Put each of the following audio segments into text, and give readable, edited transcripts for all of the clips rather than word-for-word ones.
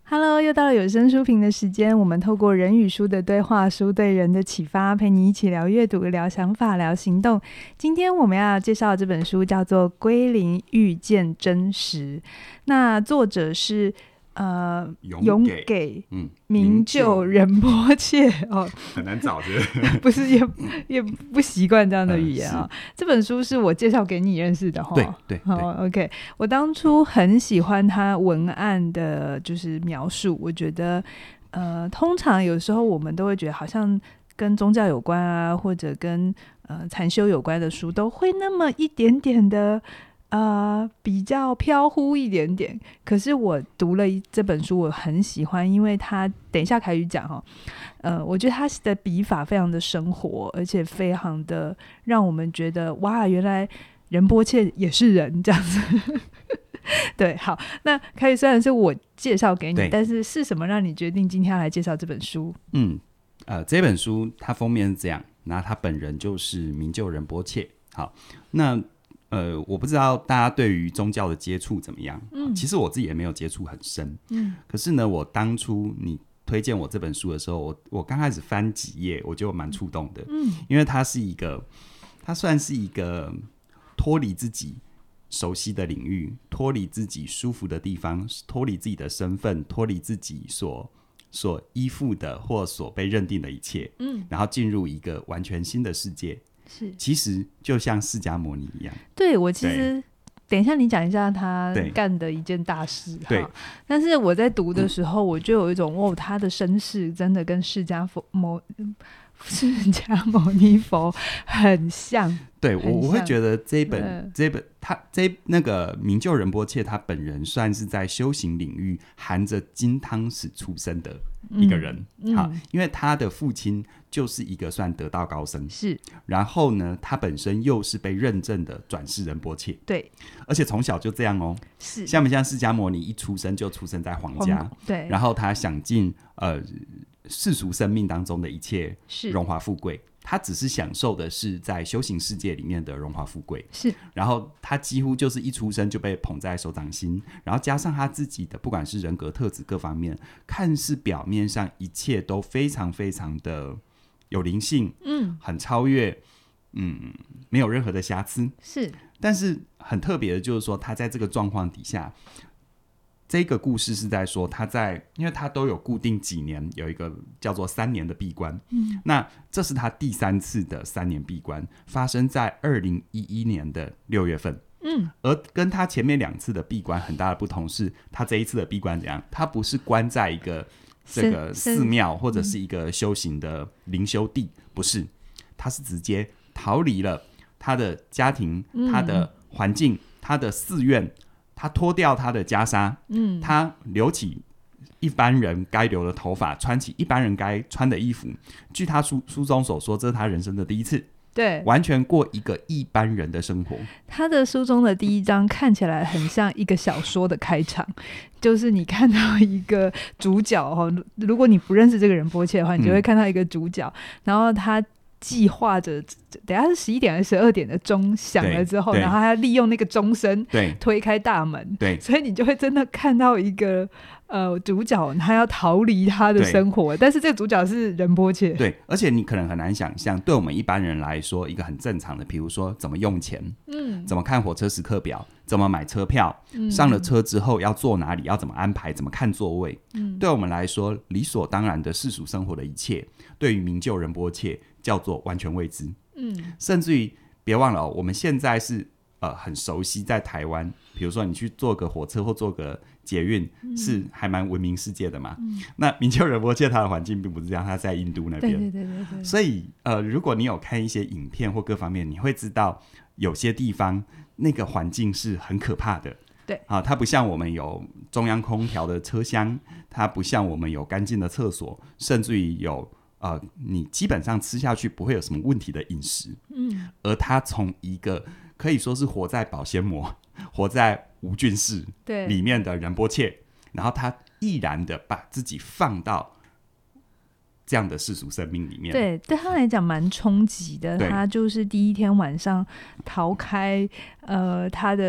Hello，又到了有声书评的时间，我们透过人与书的对话，书对人的启发，陪你一起聊阅读、聊想法、聊行动。今天我们要介绍的这本书叫做《归零遇见真实》，那作者是永给明就仁波切很难找的不是也不习惯这样的语言这本书是我介绍给你认识的对 OK， 我当初很喜欢他文案的就是描述，我觉得通常有时候我们都会觉得好像跟宗教有关啊，或者跟禅修有关的书都会那么一点点的比较飘忽一点点，可是我读了这本书我很喜欢，因为他等一下凯宇讲我觉得他的笔法非常的生活，而且非常的让我们觉得哇，原来仁波切也是人这样子对，好，那凯宇虽然是我介绍给你，但是是什么让你决定今天要来介绍这本书？ 这本书它封面是这样，那他本人就是明就仁波切。好，那我不知道大家对于宗教的接触怎么样，其实我自己也没有接触很深，可是呢，我当初你推荐我这本书的时候，我刚开始翻几页，我就蛮触动的，因为它算是一个脱离自己熟悉的领域，脱离自己舒服的地方，脱离自己的身份，脱离自己所依附的或所被认定的一切，然后进入一个完全新的世界。是，其实就像释迦牟尼一样。 对，我其实等一下你讲一下他干的一件大事。对，但是我在读的时候，我就有一种他的身世真的跟释迦牟尼佛很像。对， 我会觉得这本他那个明就仁波切他本人算是在修行领域含着金汤匙出生的一个人，因为他的父亲就是一个算得道高僧，是，然后呢他本身又是被认证的转世仁波切，对，而且从小就这样是像不像释迦牟尼一出生就出生在皇家，对，然后他享尽世俗生命当中的一切荣华富贵，他只是享受的是在修行世界里面的荣华富贵，是，然后他几乎就是一出生就被捧在手掌心，然后加上他自己的不管是人格特质各方面，看似表面上一切都非常非常的有灵性，很超越，没有任何的瑕疵，是，但是很特别的就是说他在这个状况底下，这个故事是在说因为他都有固定几年有一个叫做3年的闭关，那这是他第3次的3年闭关，发生在2011年的6月份，而跟他前面2次的闭关很大的不同是，他这一次的闭关怎样？他不是关在一个这个寺庙或者是一个修行的灵修地，不是，他是直接逃离了他的家庭，他的环境，他的寺院，他脱掉他的袈裟，他留起一般人该留的头发，穿起一般人该穿的衣服，据他书中所说，这是他人生的第一次，对，完全过一个一般人的生活。 他的书中的第1章看起来很像一个小说的开场，就是你看到一个主角如果你不认识这个仁波切的话，你就会看到一个主角，然后他计划着等下是11点还是12点的钟响了之后，然后他利用那个钟声推开大门，对，所以你就会真的看到一个主角他要逃离他的生活，但是这个主角是仁波切， 对，而且你可能很难想象，对我们一般人来说，一个很正常的，比如说怎么用钱，怎么看火车时刻表，怎么买车票，上了车之后要坐哪里，要怎么安排，怎么看座位，对我们来说理所当然的世俗生活的一切，对于明就仁波切叫做完全未知，甚至于别忘了我们现在是很熟悉在台湾，比如说你去坐个火车或坐个捷运，是还蛮闻名世界的嘛，那明就仁波切他的环境并不是这样，他在印度那边，对，所以如果你有看一些影片或各方面，你会知道有些地方那个环境是很可怕的，对，它不像我们有中央空调的车厢，它不像我们有干净的厕所，甚至于有你基本上吃下去不会有什么问题的饮食，而他从一个可以说是活在保鲜膜、活在无菌室里面的仁波切，然后他毅然的把自己放到这样的世俗生命里面， 对他来讲蛮冲击的。他就是第1天晚上逃开他的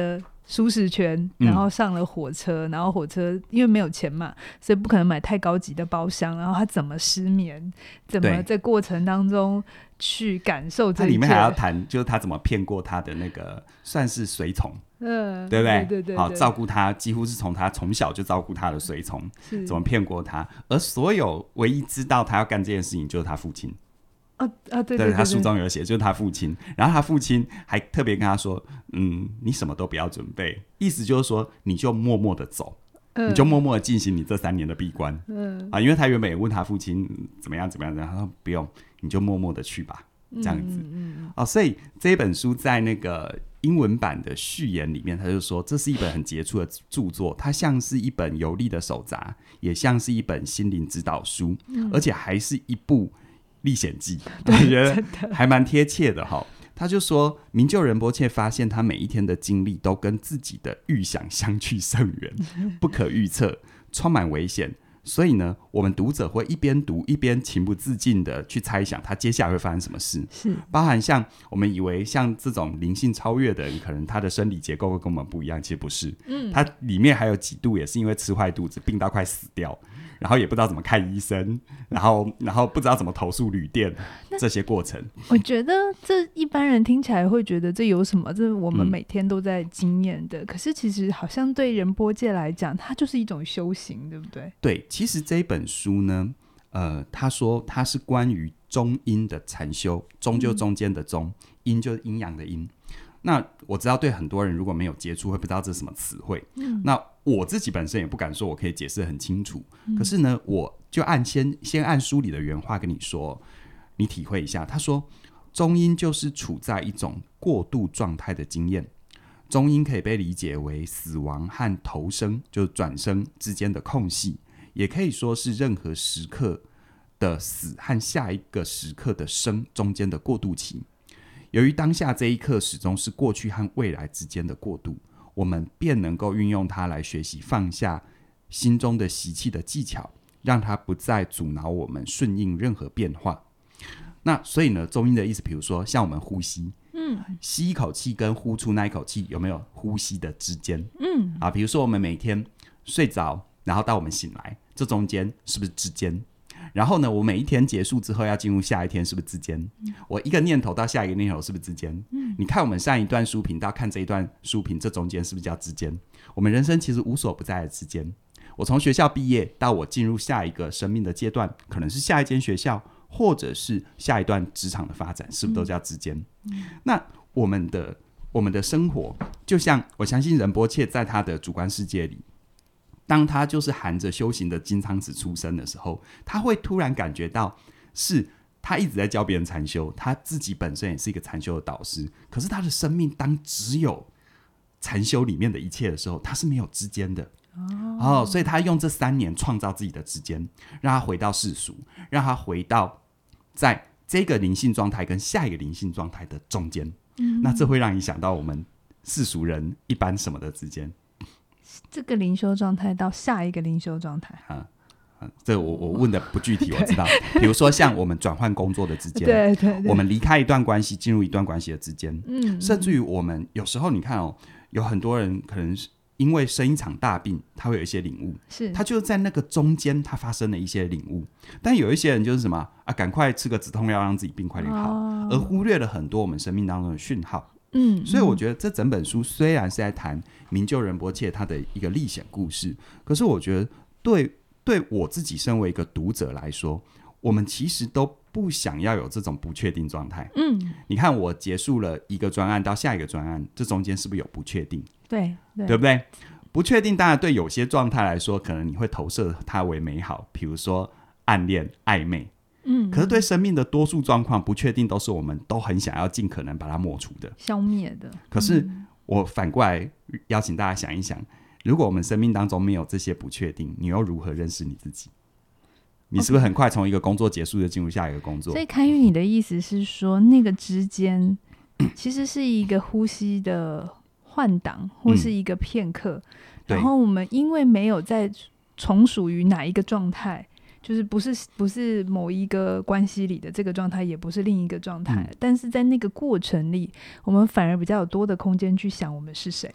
舒适圈，然后上了火车，然后火车因为没有钱嘛，所以不可能买太高级的包厢，然后他怎么失眠，怎么在过程当中去感受这一切。 他里面还要谈就是他怎么骗过他的那个算是随从，对不对？ 对， 好，照顾他几乎是从他从小就照顾他的随从怎么骗过他，而所有唯一知道他要干这件事情就是他父亲。对，他书中有写，就是他父亲。然后他父亲还特别跟他说：“你什么都不要准备，意思就是说，你就默默的走，你就默默的进行你这3年的闭关。因为他原本也问他父亲怎么样，他说不用，你就默默的去吧，这样子。所以这一本书在那个英文版的序言里面，他就说这是一本很杰出的著作，它像是一本有力的手札，也像是一本心灵指导书，而且还是一部历险记，我觉得还蛮贴切的哈。他就说，明就仁波切发现他每一天的经历都跟自己的预想相去甚远，不可预测，充满危险。所以呢，我们读者会一边读一边情不自禁的去猜想他接下来会发生什么事， 是包含像我们以为像这种灵性超越的人，可能他的生理结构会跟我们不一样，其实不是。他里面还有几度也是因为吃坏肚子，病到快死掉，然后也不知道怎么看医生，然后不知道怎么投诉旅店，这些过程。 我觉得这一般人听起来会觉得这有什么，这是我们每天都在经验的，可是其实好像对仁波切来讲，它就是一种修行，对不对？ 对，其实这一本书呢，他说它是关于中阴的禅修，中就中间的中，阴就是阴阳的阴。那我知道对很多人如果没有接触会不知道这是什么词汇，那我自己本身也不敢说我可以解释很清楚，可是呢我就先按书里的原话跟你说，你体会一下。他说中阴就是处在一种过渡状态的经验，中阴可以被理解为死亡和投生就是转生之间的空隙，也可以说是任何时刻的死和下一个时刻的生中间的过渡期。由于当下这一刻始终是过去和未来之间的过渡，我们便能够运用它来学习放下心中的习气的技巧，让它不再阻挠我们顺应任何变化。那所以呢，中阴的意思，比如说像我们呼吸，吸一口气跟呼出那一口气有没有呼吸的之间？比如说我们每天睡着，然后到我们醒来，这中间是不是之间？然后呢，我每一天结束之后要进入下一天，是不是之间？我一个念头到下一个念头，是不是之间？你看我们上一段书评到看这一段书评，这中间是不是叫之间？我们人生其实无所不在的之间。我从学校毕业到我进入下一个生命的阶段，可能是下一间学校，或者是下一段职场的发展，是不是都叫之间？那我们的生活，就像我相信仁波切在他的主观世界里，当他就是含着修行的金汤匙出生的时候，他会突然感觉到是他一直在教别人禅修，他自己本身也是一个禅修的导师，可是他的生命当只有禅修里面的一切的时候，他是没有之间的。所以他用这3年创造自己的之间，让他回到世俗，让他回到在这个灵性状态跟下一个灵性状态的中间。那这会让你想到我们世俗人一般什么的之间， 这个灵修状态到下一个灵修状态。 这我问的不具体，我知道。比如说像我们转换工作的之间， 对， 我们离开一段关系进入一段关系的之间，甚至于我们有时候你看有很多人可能是因为生一场大病，他会有一些领悟， 是他就是在那个中间他发生了一些领悟。但有一些人就是什么赶快吃个止痛药让自己病快点好，而忽略了很多我们生命当中的讯号。所以我觉得这整本书虽然是在谈明就仁波切他的一个历险故事，可是我觉得对我自己身为一个读者来说，我们其实都不想要有这种不确定状态。你看我结束了一个专案到下一个专案，这中间是不是有不确定？对不对？不确定当然对有些状态来说，可能你会投射它为美好，比如说暗恋暧昧。可是对生命的多数状况，不确定都是我们都很想要尽可能把它抹除的、 消灭的。 可是我反过来邀请大家想一想，如果我们生命当中没有这些不确定，你又如何认识你自己？你是不是很快从一个工作结束就进入下一个工作？ 所以堪舆你的意思是说，那个之间其实是一个呼吸的换挡，或是一个片刻，然后我们因为没有在从属于哪一个状态，就是不是某一个关系里的这个状态，也不是另一个状态，但是在那个过程里，我们反而比较有多的空间去想我们是谁。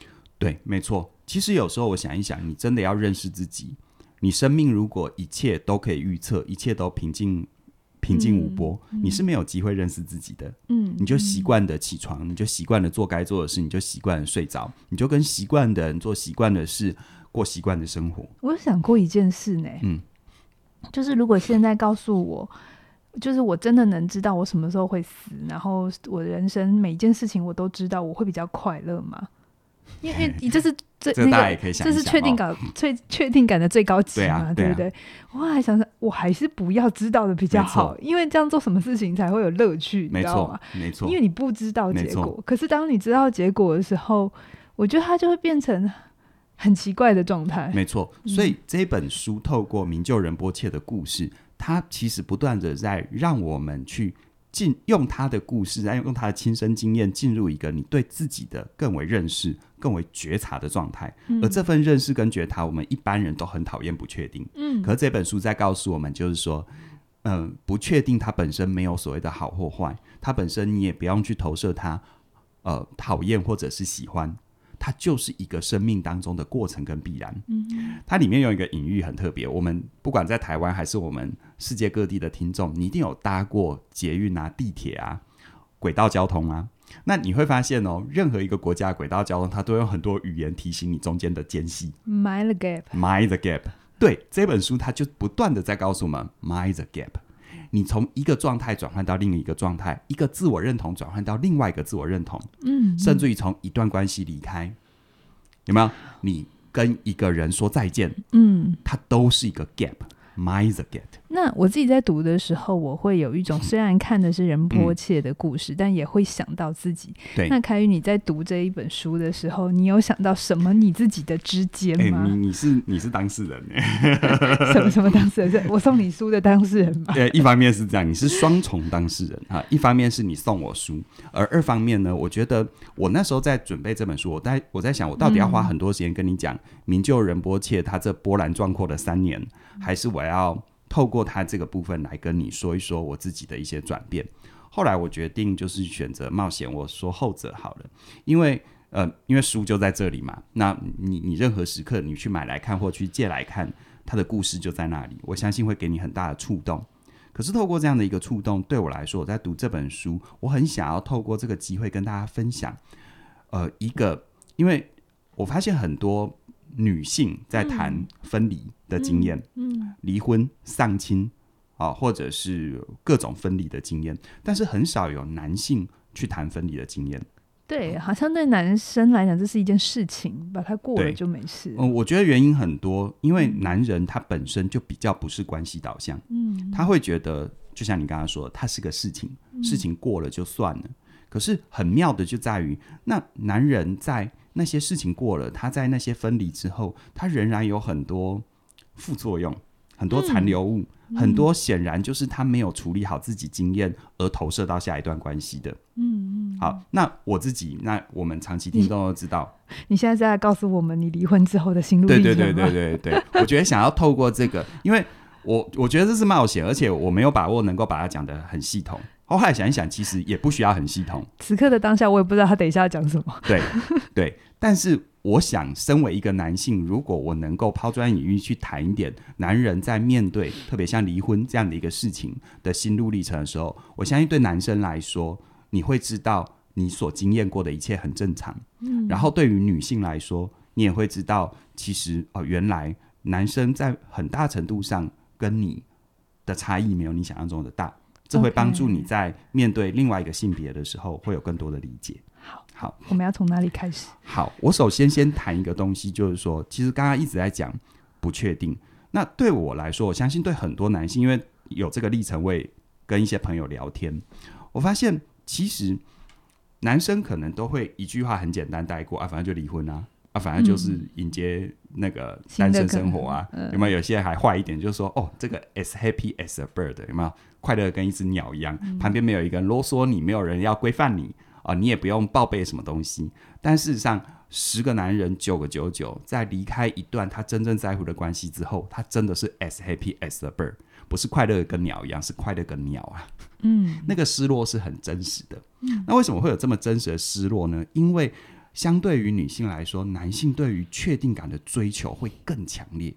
对，没错。其实有时候我想一想，你真的要认识自己，你生命如果一切都可以预测，一切都平静无波，你是没有机会认识自己的。你就习惯的起床，你就习惯的做该做的事，你就习惯的睡着，你就跟习惯的人做习惯的事，过习惯的生活。 我有想过一件事呢，就是如果现在告诉我，就是我真的能知道我什么时候会死，然后我的人生每一件事情我都知道，我会比较快乐吗？因为这是这大家也可以想一想， 这是确定感的最高级嘛，对不对？我还想说，我还是不要知道的比较好，因为这样做什么事情才会有乐趣，你知道吗？ 没错， 因为你不知道结果，可是当你知道结果的时候，我觉得它就会变成很奇怪的状态。 没错，所以这本书透过明就仁波切的故事，它其实不断的在让我们去用他的故事，用他的亲身经验进入一个你对自己的更为认识、更为觉察的状态。而这份认识跟觉察，我们一般人都很讨厌不确定。可是这本书在告诉我们，就是说，不确定它本身没有所谓的好或坏，它本身你也不用去投射它，讨厌或者是喜欢。它就是一个生命当中的过程跟必然。它里面有一个隐喻很特别，我们不管在台湾还是我们世界各地的听众，你一定有搭过捷运啊、地铁啊、轨道交通啊。那你会发现任何一个国家的轨道交通，它都有很多语言提醒你中间的间隙。 Mind the gap。 对，这本书它就不断的在告诉我们 Mind the gap。你从一个状态转换到另一个状态，一个自我认同转换到另外一个自我认同，甚至于从一段关系离开，有没有？你跟一个人说再见，它都是一个 gap。Mind the gap。 那我自己在读的时候，我会有一种虽然看的是仁波切的故事，但也会想到自己。 对， 那凯宇你在读这一本书的时候，你有想到什么你自己的之间吗？ 你是当事人什么当事人？我送你书的当事人吗？ 一方面是这样，你是双重当事人哈，一方面是你送我书，而二方面呢，我觉得我那时候在准备这本书，我在想，我到底要花很多时间跟你讲明就仁波切他这波澜壮阔的3年，还是我要透过他这个部分来跟你说一说我自己的一些转变。后来我决定就是选择冒险，我说后者好了，因为书就在这里嘛，那你任何时刻你去买来看或去借来看，他的故事就在那里，我相信会给你很大的触动。可是透过这样的一个触动，对我来说，我在读这本书，我很想要透过这个机会跟大家分享因为我发现很多女性在谈分离的经验，离婚、丧亲或者是各种分离的经验，但是很少有男性去谈分离的经验。 对，好像对男生来讲这是一件事情，把它过了就没事。 我觉得原因很多，因为男人他本身就比较不是关系导向，他会觉得就像你刚刚说的，它是个事情，事情过了就算了。可是很妙的就在于，那男人在那些事情过了，他在那些分离之后，他仍然有很多副作用，很多残留物，很多显然就是他没有处理好自己经验而投射到下一段关系的。好，那我自己，那我们长期听众都知道， 你现在是在告诉我们你离婚之后的心路历程吗？ 对，我觉得想要透过这个，因为我觉得这是冒险，而且我没有把握能够把它讲得很系统。后来想一想，其实也不需要很系统。 此刻的当下，我也不知道他等一下要讲什么。 对，但是我想，身为一个男性，如果我能够抛砖引玉去谈一点男人在面对特别像离婚这样的一个事情的心路历程的时候，我相信对男生来说，你会知道你所经验过的一切很正常。然后对于女性来说，你也会知道，其实原来男生在很大程度上跟你的差异没有你想象中的大。这会帮助你在面对另外一个性别的时候会有更多的理解。好， 我们要从哪里开始？ 好，我首先谈一个东西，就是说其实刚刚一直在讲不确定。那对我来说，我相信对很多男性，因为有这个历程，我也跟一些朋友聊天，我发现其实男生可能都会一句话很简单带过反正就离婚反正就是迎接那个单身生活有没有？有些人还坏一点，就是说这个 as happy as a bird， 有没有？快乐跟一只鸟一样，旁边没有一个人啰嗦你，没有人要规范你你也不用报备什么东西。但事实上10个男人9个99在离开一段他真正在乎的关系之后，他真的是 as happy as a bird， 不是快乐跟鸟一样，是快乐跟鸟那个失落是很真实的。那为什么会有这么真实的失落呢？因为相对于女性来说，男性对于确定感的追求会更强烈。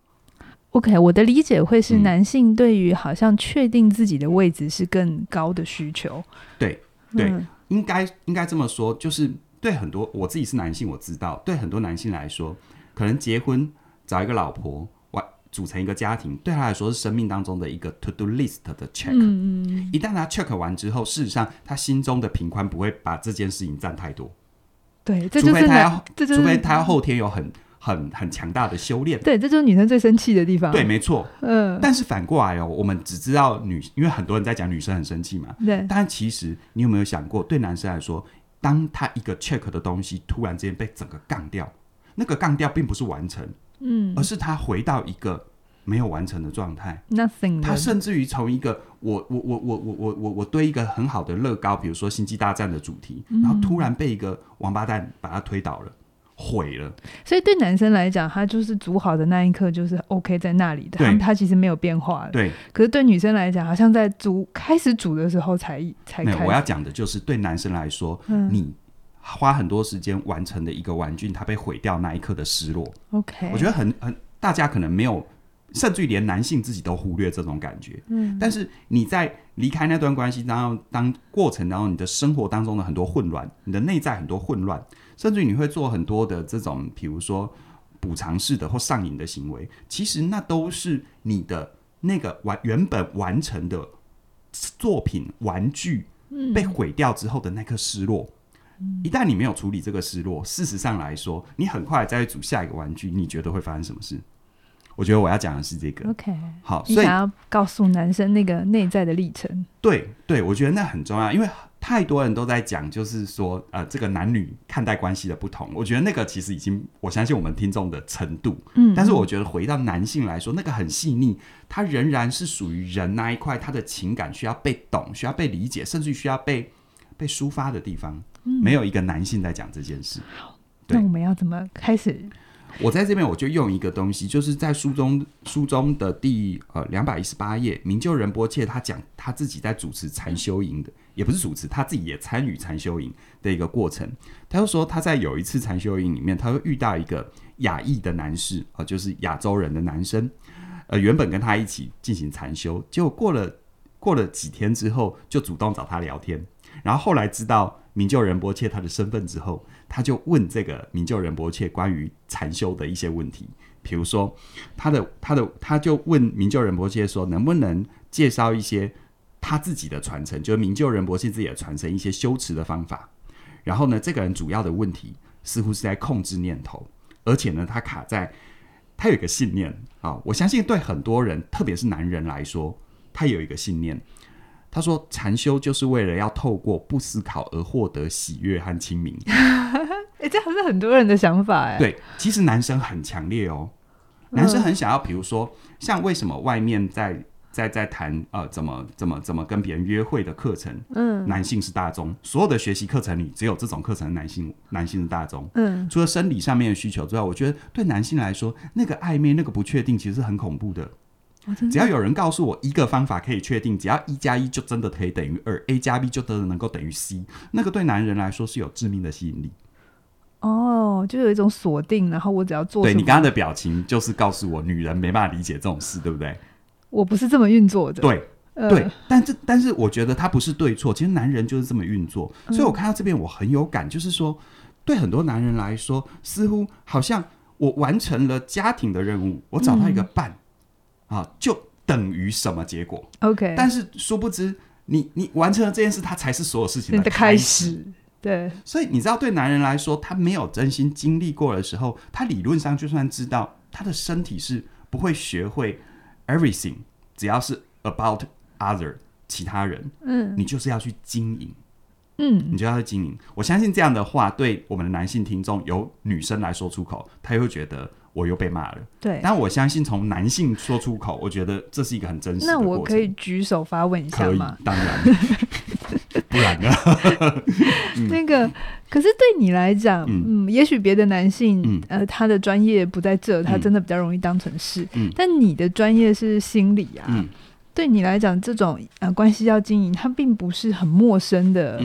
OK， 我的理解会是男性对于好像确定自己的位置是更高的需求。 对对，应该这么说，就是对很多，我自己是男性，我知道对很多男性来说，可能结婚找一个老婆组成一个家庭，对他来说是生命当中的一个 to do list 的 check。一旦他 check 完之后，事实上他心中的频宽不会把这件事情占太多。 对，这就是除非他后天有很强大的修炼。 对，这就是女生最生气的地方。 对，没错。但是反过来我们只知道因为很多人在讲女生很生气嘛。对。但其实你有没有想过，对男生来说，当他一个 check 的东西突然之间被整个杠掉，那个杠掉并不是完成，而是他回到一个没有完成的状态 ，nothing。 他甚至于从一个我堆一个很好的乐高，比如说星际大战的主题，然后突然被一个王八蛋把它推倒了。毁了。 所以对男生来讲，他就是煮好的那一刻就是 OK 在那里的，他其实没有变化的。 对。 可是对女生来讲，好像在开始煮的时候才开始。 我要讲的就是对男生来说，你花很多时间完成的一个玩具，它被毁掉那一刻的失落。 OK， 我觉得大家可能没有，甚至于连男性自己都忽略这种感觉。但是你在离开那段关系当过程当中，你的生活当中的很多混乱，你的内在很多混乱。甚至你会做很多的这种比如说补偿式的或上瘾的行为，其实那都是你的那个原本完成的作品玩具被毁掉之后的那颗失落。一旦你没有处理这个失落，事实上来说，你很快再去组下一个玩具，你觉得会发生什么事？我觉得我要讲的是这个。 OK， 好， 你想要告诉男生那个内在的历程。 对对，我觉得那很重要，因为太多人都在讲就是说这个男女看待关系的不同。我觉得那个其实已经我相信我们听众的程度，但是我觉得回到男性来说，那个很细腻，他仍然是属于人那一块，他的情感需要被懂，需要被理解，甚至需要被抒发的地方，没有一个男性在讲这件事。 好，那我们要怎么开始？ 我在这边我就用一个东西，就是在书中的第218页，明就仁波切他讲他自己在主持禅修营的，也不是主持，他自己也参与禅修营的一个过程。他就说他在有一次禅修营里面，他会遇到一个亚裔的男士，就是亚洲人的男生，原本跟他一起进行禅修，结果过了几天之后，就主动找他聊天。然后后来知道明就仁波切他的身份之后，他就问这个明就仁波切关于禅修的一些问题，比如说他就问明就仁波切说，能不能介绍一些他自己的传承，就是明就仁波切自己的传承一些修持的方法。然后呢，这个人主要的问题似乎是在控制念头，而且呢，他有一个信念我相信对很多人，特别是男人来说，他有一个信念。他说禅修就是为了要透过不思考而获得喜悦和清明。 这还是很多人的想法。 对，其实男生很强烈男生很想要，比如说像为什么外面在谈怎么跟别人约会的课程，男性是大宗，所有的学习课程里只有这种课程男性是大宗。除了生理上面的需求之外，我觉得对男性来说，那个暧昧那个不确定其实是很恐怖的。只要有人告诉我一个方法可以确定，只要1+1就真的可以等于2， A 加 B 就真的能够等于 C， 那个对男人来说是有致命的吸引力。 就有一种锁定，然后我只要做什么。 对，你刚刚的表情就是告诉我女人没办法理解这种事，对不对？ 我不是这么运作的。 对对，但是我觉得它不是对错，其实男人就是这么运作。所以我看到这边我很有感，就是说对很多男人来说，似乎好像我完成了家庭的任务，我找到一个伴就等于什么结果 OK， 但是殊不知你完成了这件事，它才是所有事情的开始。 对， 所以你知道对男人来说，他没有真心经历过的时候，他理论上就算知道，他的身体是不会学会 everything， 只要是 about other 其他人，你就是要去经营，你就要去经营。我相信这样的话，对我们的男性听众，由女生来说出口，他又会觉得我又被骂了。 对， 但我相信从男性说出口，我觉得这是一个很真实的过程。 那我可以举手发问一下吗？ 可以，当然。不然呢？ 那个，可是对你来讲，也许别的男性，他的专业不在这，他真的比较容易当成是。但你的专业是心理对你来讲，这种关系要经营，它并不是很陌生的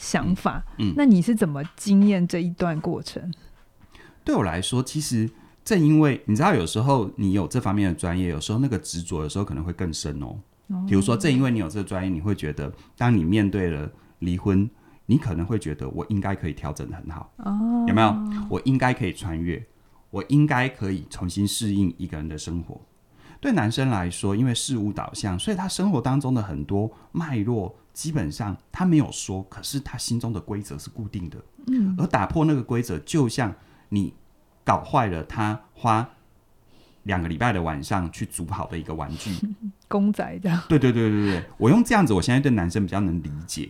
想法。那你是怎么经验这一段过程？ 对我来说，其实正因为你知道，有时候你有这方面的专业，有时候那个执着有时候可能会更深哦。比如说，正因为你有这个专业，你会觉得当你面对了离婚，你可能会觉得我应该可以调整得很好，有没有？我应该可以穿越，我应该可以重新适应一个人的生活。对男生来说，因为事物导向，所以他生活当中的很多脉络基本上他没有说，可是他心中的规则是固定的。而打破那个规则，就像你搞坏了他花2个礼拜的晚上去组好的一个玩具公仔这样。 对，我用这样子，我现在对男生比较能理解。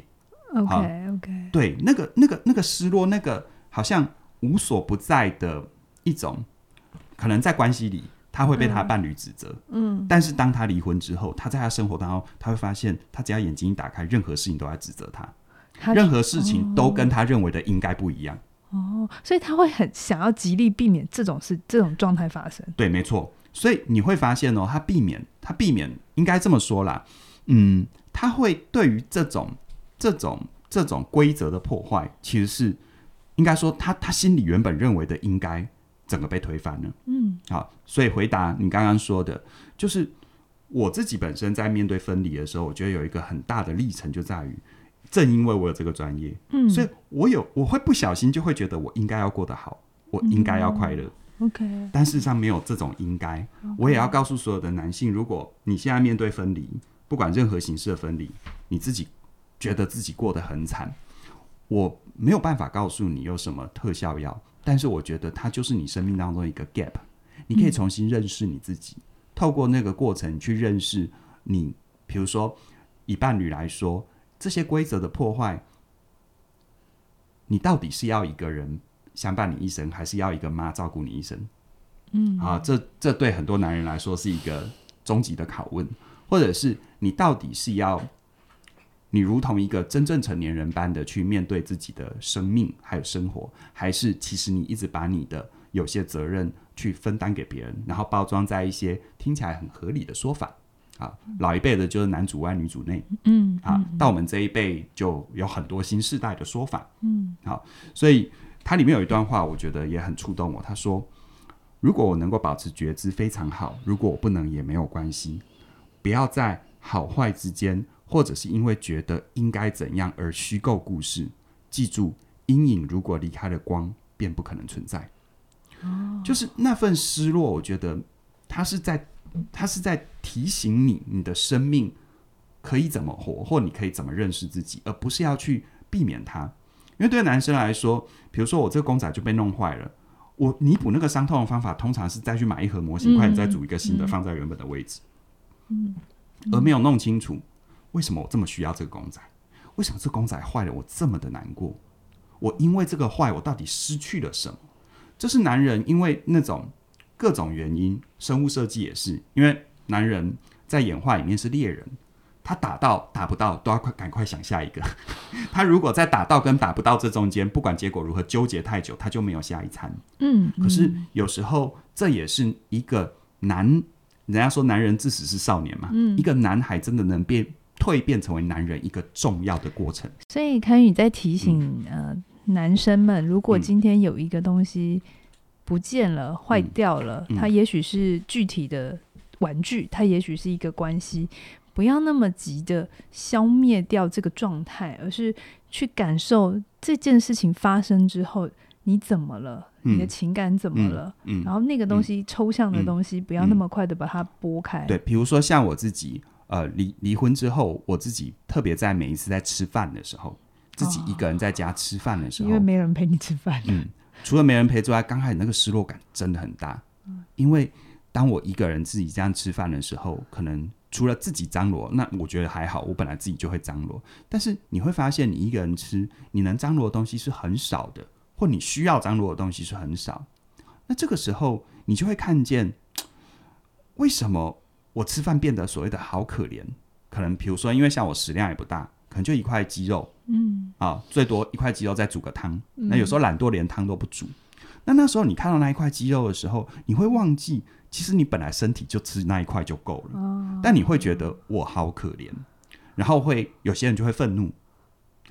OK， 对，那个失落，那个好像无所不在的一种，可能在关系里他会被他伴侣指责，但是当他离婚之后，他在他生活当中，他会发现他只要眼睛一打开，任何事情都在指责他，任何事情都跟他认为的应该不一样。 所以他会很想要极力避免这种状态发生。对， 没错。所以你会发现他避免应该这么说啦，他会对于这种规则的破坏，其实是应该说他心里原本认为的应该整个被推翻了。好，所以回答你刚刚说的，就是我自己本身在面对分离的时候，我觉得有一个很大的历程就在于，正因为我有这个专业，所以我会不小心就会觉得我应该要过得好，我应该要快乐。 OK， 但事实上没有这种应该。我也要告诉所有的男性，如果你现在面对分离，不管任何形式的分离，你自己觉得自己过得很惨，我没有办法告诉你有什么特效药，但是我觉得它就是你生命当中一个 gap， 你可以重新认识你自己，透过那个过程去认识你。比如说以伴侣来说，这些规则的破坏，你到底是要一个人相伴你一生，还是要一个妈照顾你一生？这对很多男人来说是一个终极的拷问，或者是你到底是要你如同一个真正成年人般的去面对自己的生命还有生活，还是其实你一直把你的有些责任去分担给别人，然后包装在一些听起来很合理的说法。老一辈的就是男主外女主内，到我们这一辈就有很多新世代的说法。好，所以它里面有一段话我觉得也很触动我，他说，如果我能够保持觉知非常好，如果我不能也没有关系，不要在好坏之间，或者是因为觉得应该怎样而虚构故事。记住，阴影如果离开了光，便不可能存在。就是那份失落，我觉得它是在提醒你的生命可以怎么活，或你可以怎么认识自己，而不是要去避免它。因为对男生来说，比如说我这个公仔就被弄坏了，我弥补那个伤痛的方法通常是再去买一盒模型，快点再组一个新的放在原本的位置，而没有弄清楚为什么我这么需要这个公仔，为什么这个公仔坏了我这么的难过，我因为这个坏我到底失去了什么。这是男人因为那种各种原因，生物设计也是，因为男人在演化里面是猎人，他打到打不到都要赶快想下一个他如果在打到跟打不到这中间，不管结果如何纠结太久，他就没有下一餐。可是有时候这也是一个人家说男人至死是少年嘛，一个男孩真的能蜕变成为男人一个重要的过程。 所以凯宇在提醒男生们，如果今天有一个东西不见了坏掉了，它也许是具体的玩具，它也许是一个关系，不要那么急的消灭掉这个状态，而是去感受这件事情发生之后你怎么了，你的情感怎么了，然后那个东西抽象的东西不要那么快的把它拨开。 对，比如说像我自己离婚之后，我自己特别在每一次在吃饭的时候，自己一个人在家吃饭的时候， 因为没人陪你吃饭， 除了没人陪之外，刚开始那个失落感真的很大。因为当我一个人自己这样吃饭的时候，可能除了自己张罗，那我觉得还好，我本来自己就会张罗，但是你会发现你一个人吃，你能张罗的东西是很少的，或你需要张罗的东西是很少。那这个时候你就会看见为什么我吃饭变得所谓的好可怜。可能比如说因为像我食量也不大，可能就一块鸡肉，最多一块鸡肉再煮个汤，那有时候懒惰连汤都不煮。那时候你看到那一块鸡肉的时候，你会忘记其实你本来身体就吃那一块就够了，但你会觉得我好可怜，然后有些人就会愤怒，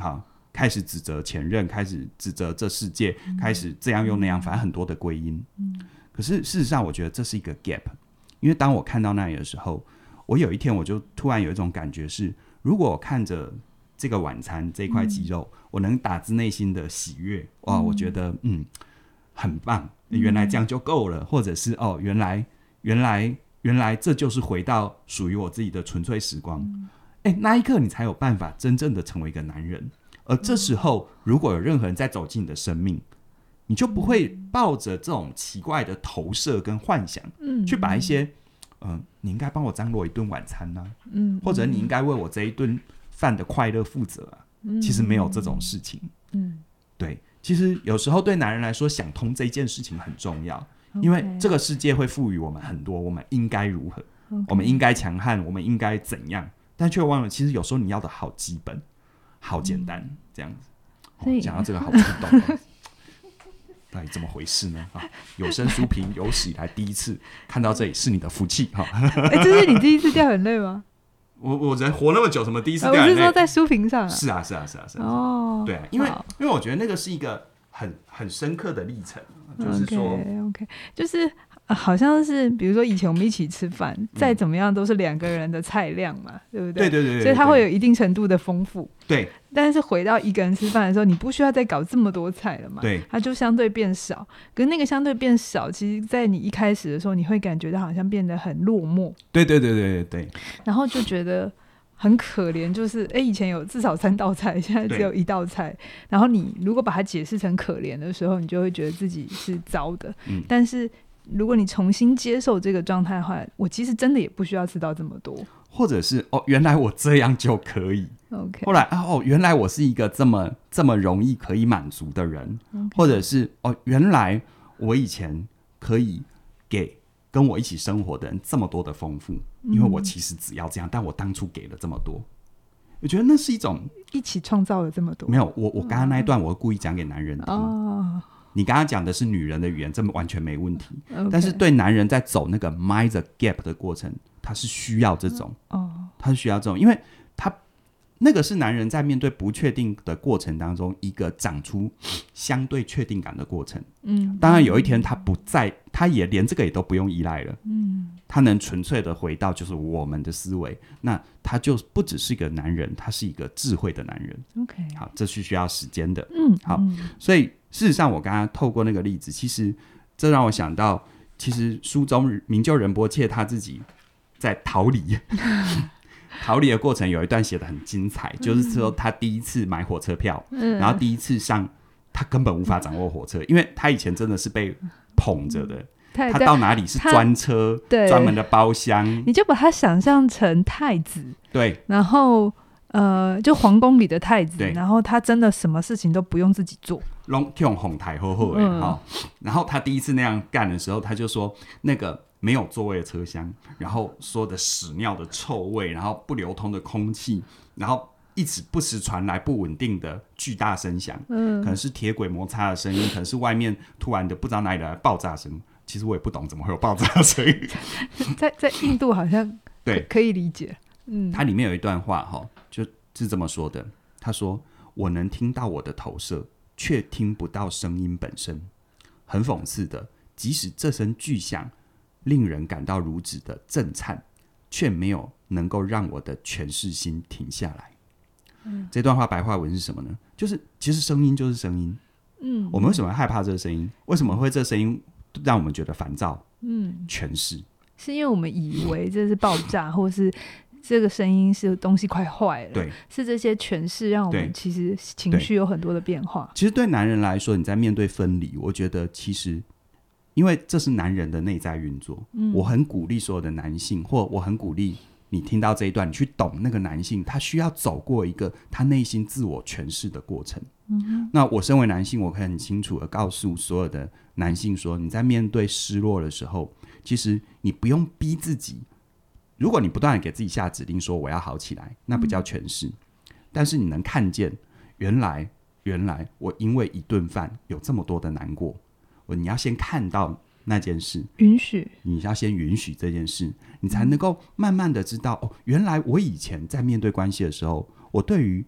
开始指责前任，开始指责这世界，开始这样又那样，反正很多的归因。可是事实上我觉得这是一个 gap， 因为当我看到那里的时候，我有一天我就突然有一种感觉是，如果我看着这个晚餐这块鸡肉，我能打自内心的喜悦，哇，我觉得很棒，原来这样就够了，或者是原来这就是回到属于我自己的纯粹时光。那一刻你才有办法真正的成为一个男人。而这时候如果有任何人在走进你的生命，你就不会抱着这种奇怪的投射跟幻想，去把一些你应该帮我张罗一顿晚餐啊，或者你应该为我这一顿饭的快乐负责啊，其实没有这种事情。对，其实有时候对男人来说，想通这件事情很重要，因为这个世界会赋予我们很多，我们应该如何，我们应该强悍，我们应该怎样，但却忘了其实有时候你要的好基本好简单，这样子。讲到这个好触动到底怎么回事呢？有声书评有史以来第一次看到这里，是你的福气。 这是你第一次掉眼泪吗？ 我人活那么久，什么第一次掉眼泪？ 我是说在书评上。 是啊。对啊，因为我觉得那个是一个很深刻的历程，就是说 OK， 就是好像是比如说以前我们一起吃饭，再怎么样都是2个人的菜量嘛，对不对？对，所以它会有一定程度的丰富。对，但是回到一个人吃饭的时候，你不需要再搞这么多菜了嘛，对，它就相对变少。可是那个相对变少，其实在你一开始的时候，你会感觉到好像变得很落寞。对，然后就觉得很可怜，就是以前有至少3道菜，现在只有1道菜。然后你如果把它解释成可怜的时候，你就会觉得自己是糟的。但是如果你重新接受这个状态的话，我其实真的也不需要吃到这么多，或者是原来我这样就可以。Okay. 后来原来我是一个这么容易可以满足的人。Okay. 或者是原来我以前可以给跟我一起生活的人这么多的丰富，因为我其实只要这样，但我当初给了这么多。我觉得那是一种一起创造了这么多。没有，我刚刚那一段我故意讲给男人听。你刚刚讲的是女人的语言，这完全没问题。但是对男人在走那个 mind the gap 的过程，他是需要这种，他是需要这种，因为他那个是男人在面对不确定的过程当中一个长出相对确定感的过程。当然有一天他不在，他也连这个也都不用依赖了。他能纯粹的回到就是我们的思维，那他就不只是一个男人，他是一个智慧的男人。Okay. 好，这是需要时间的。好，所以事实上我刚刚透过那个例子，其实这让我想到，其实书中明就仁波切他自己在逃离的过程有一段写得很精彩，就是说他第一次买火车票，然后第一次上，他根本无法掌握火车，因为他以前真的是被捧着的。他到哪里是专车，专门的包厢，你就把他想象成太子。对，然后就皇宫里的太子，然后他真的什么事情都不用自己做，用哄抬厚厚然后他第一次那样干的时候，他就说那个没有座位的车厢，然后说的屎尿的臭味，然后不流通的空气，然后不时传来不稳定的巨大声响，可能是铁轨摩擦的声音，可能是外面突然的不知道哪里来的爆炸声。其实我也不懂怎么会有爆炸的声音在印度好像可以理解。它里面有一段话就是这么说的，他说我能听到我的投射，却听不到声音本身。很讽刺的，即使这声巨响令人感到如此的震颤，却没有能够让我的诠释心停下来。这段话白话文是什么呢？就是其实声音就是声音。我们为什么害怕这个声音？为什么会这声音让我们觉得烦躁？诠释是因为我们以为这是爆炸，或是这个声音是东西快坏了。对，是这些诠释让我们其实情绪有很多的变化。其实对男人来说，你在面对分离，我觉得其实因为这是男人的内在运作。我很鼓励所有的男性，或我很鼓励你听到这一段，你去懂那个男性他需要走过一个他内心自我诠释的过程。那我身为男性，我可以很清楚的告诉所有的男性说，你在面对失落的时候，其实你不用逼自己。如果你不断的给自己下指令说我要好起来，那不叫诠释。但是你能看见原来我因为一顿饭有这么多的难过，你要先看到那件事，你要先允许这件事，你才能够慢慢的知道原来我以前在面对关系的时候，我对于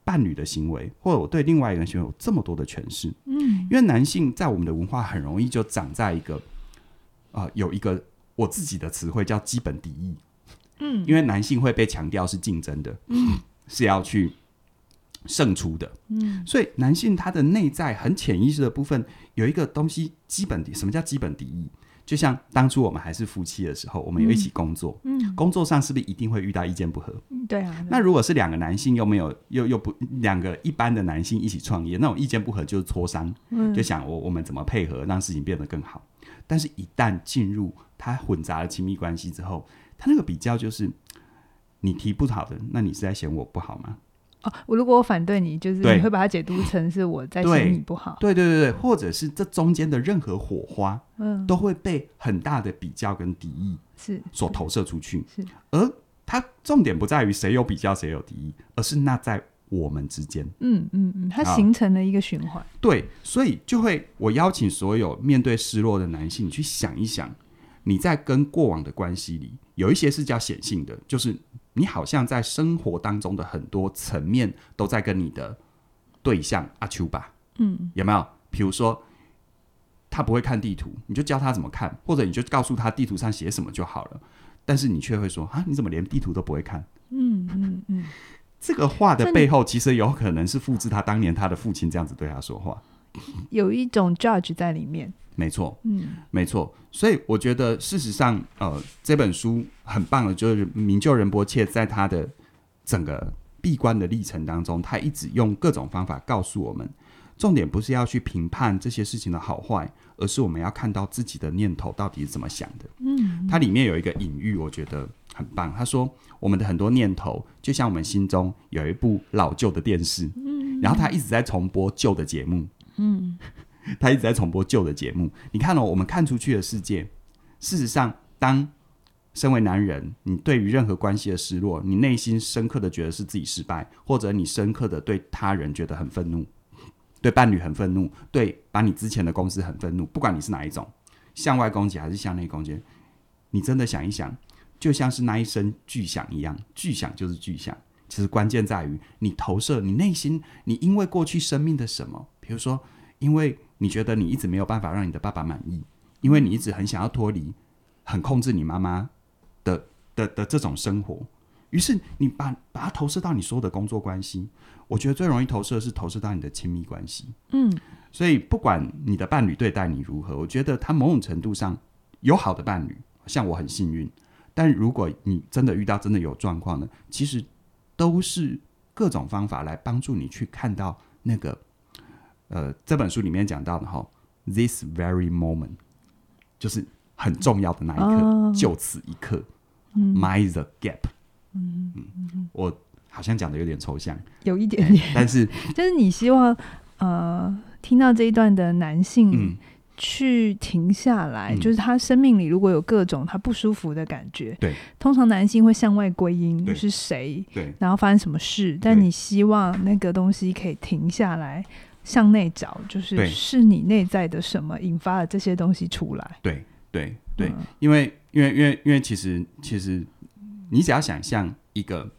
伴侣的行为，或者我对另外一个人行为有这么多的诠释。因为男性在我们的文化很容易就长在一个有一个我自己的词汇叫基本敌意。因为男性会被强调是竞争的，是要去胜出的。所以男性他的内在很潜意识的部分有一个东西基本敌。什么叫基本敌意？就像当初我们还是夫妻的时候，我们有一起工作，工作上是不是一定会遇到意见不合？ 对啊。 那如果是两个男性又没有又不两个一般的男性一起创业，那种意见不合就是磋商，就想我们怎么配合让事情变得更好。但是一旦进入他混杂了亲密关系之后，他那个比较就是你提不好的，那你是在嫌我不好吗？ 如果我反对你，就是你会把它解读成是我在嫌你不好。 对，或者是这中间的任何火花，都会被很大的比较跟敌意所投射出去。而它重点不在于谁有比较谁有敌意，而是那在我们之间。 它形成了一个循环。 对，所以就会我邀请所有面对失落的男性，你去想一想，你在跟过往的关系里，有一些是叫显性的，就是你好像在生活当中的很多层面都在跟你的对象阿丘吧，有没有？比如说他不会看地图，你就教他怎么看，或者你就告诉他地图上写什么就好了，但是你却会说你怎么连地图都不会看？这个话的背后其实有可能是复制他当年他的父亲这样子对他说话， 有一种 judge 在里面。 没错，没错。所以我觉得事实上这本书很棒的就是明就仁波切在他的整个闭关的历程当中，他一直用各种方法告诉我们，重点不是要去评判这些事情的好坏，而是我们要看到自己的念头到底是怎么想的。它里面有一个隐喻我觉得很棒，他说我们的很多念头就像我们心中有一部老旧的电视，然后他一直在重播旧的节目，他一直在重播旧的节目。你看我们看出去的世界，事实上当身为男人，你对于任何关系的失落，你内心深刻的觉得是自己失败，或者你深刻的对他人觉得很愤怒，对伴侣很愤怒，对把你之前的公司很愤怒，不管你是哪一种，向外攻击还是向内攻击，你真的想一想，就像是那一声巨响一样，巨响就是巨响。其实关键在于你投射你内心，你因为过去生命的什么，比如说因为你觉得你一直没有办法让你的爸爸满意，因为你一直很想要脱离很控制你妈妈的这种生活，于是你把它投射到你所有的工作关系。我觉得最容易投射的是投射到你的亲密关系。所以不管你的伴侣对待你如何，我觉得他某种程度上有好的伴侣，像我很幸运，但如果你真的遇到真的有状况的，其实都是各种方法来帮助你去看到那个这本书里面讲到的this very moment， 就是很重要的那一刻，就此一刻，mind the gap。我好像讲的有点抽象， 有一点点， 但是就是你希望听到这一段的男性去停下来，就是他生命里如果有各种他不舒服的感觉， 对， 通常男性会向外归因是谁，对，然后发生什么事，但你希望那个东西可以停下来，向内找，就是你内在的什么引发了这些东西出来。对， 因为其实你只要想象一个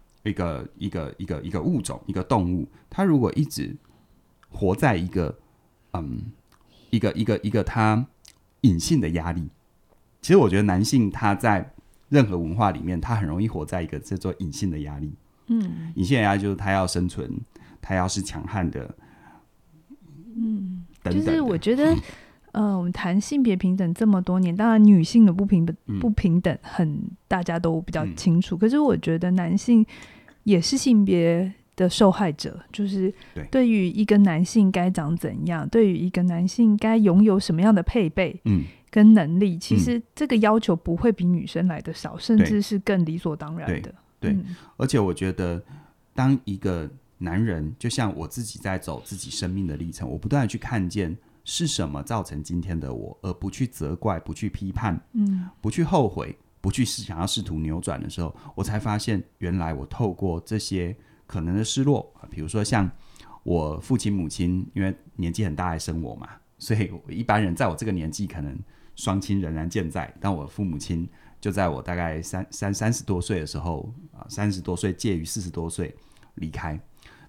物种，一个动物，它如果一直活在一个它隐性的压力，其实我觉得男性他在任何文化里面，他很容易活在一个叫做隐性的压力。隐性的压力就是他要生存，他要是强悍的，等等的。 就是我觉得我们谈性别平等这么多年，当然女性的不平等大家都比较清楚，可是我觉得男性也是性别的受害者，就是对于一个男性该长怎样，对于一个男性该拥有什么样的配备跟能力，其实这个要求不会比女生来的少，甚至是更理所当然的。 对，而且我觉得当一个男人，就像我自己在走自己生命的历程，我不断的去看见是什么造成今天的我，而不去责怪，不去批判，不去后悔，不去想要试图扭转的时候，我才发现原来我透过这些可能的失落，比如说像我父亲母亲因为年纪很大还生我嘛，所以一般人在我这个年纪可能双亲仍然健在，但我父母亲就在我大概30多岁的时候，30多岁介于40多岁离开。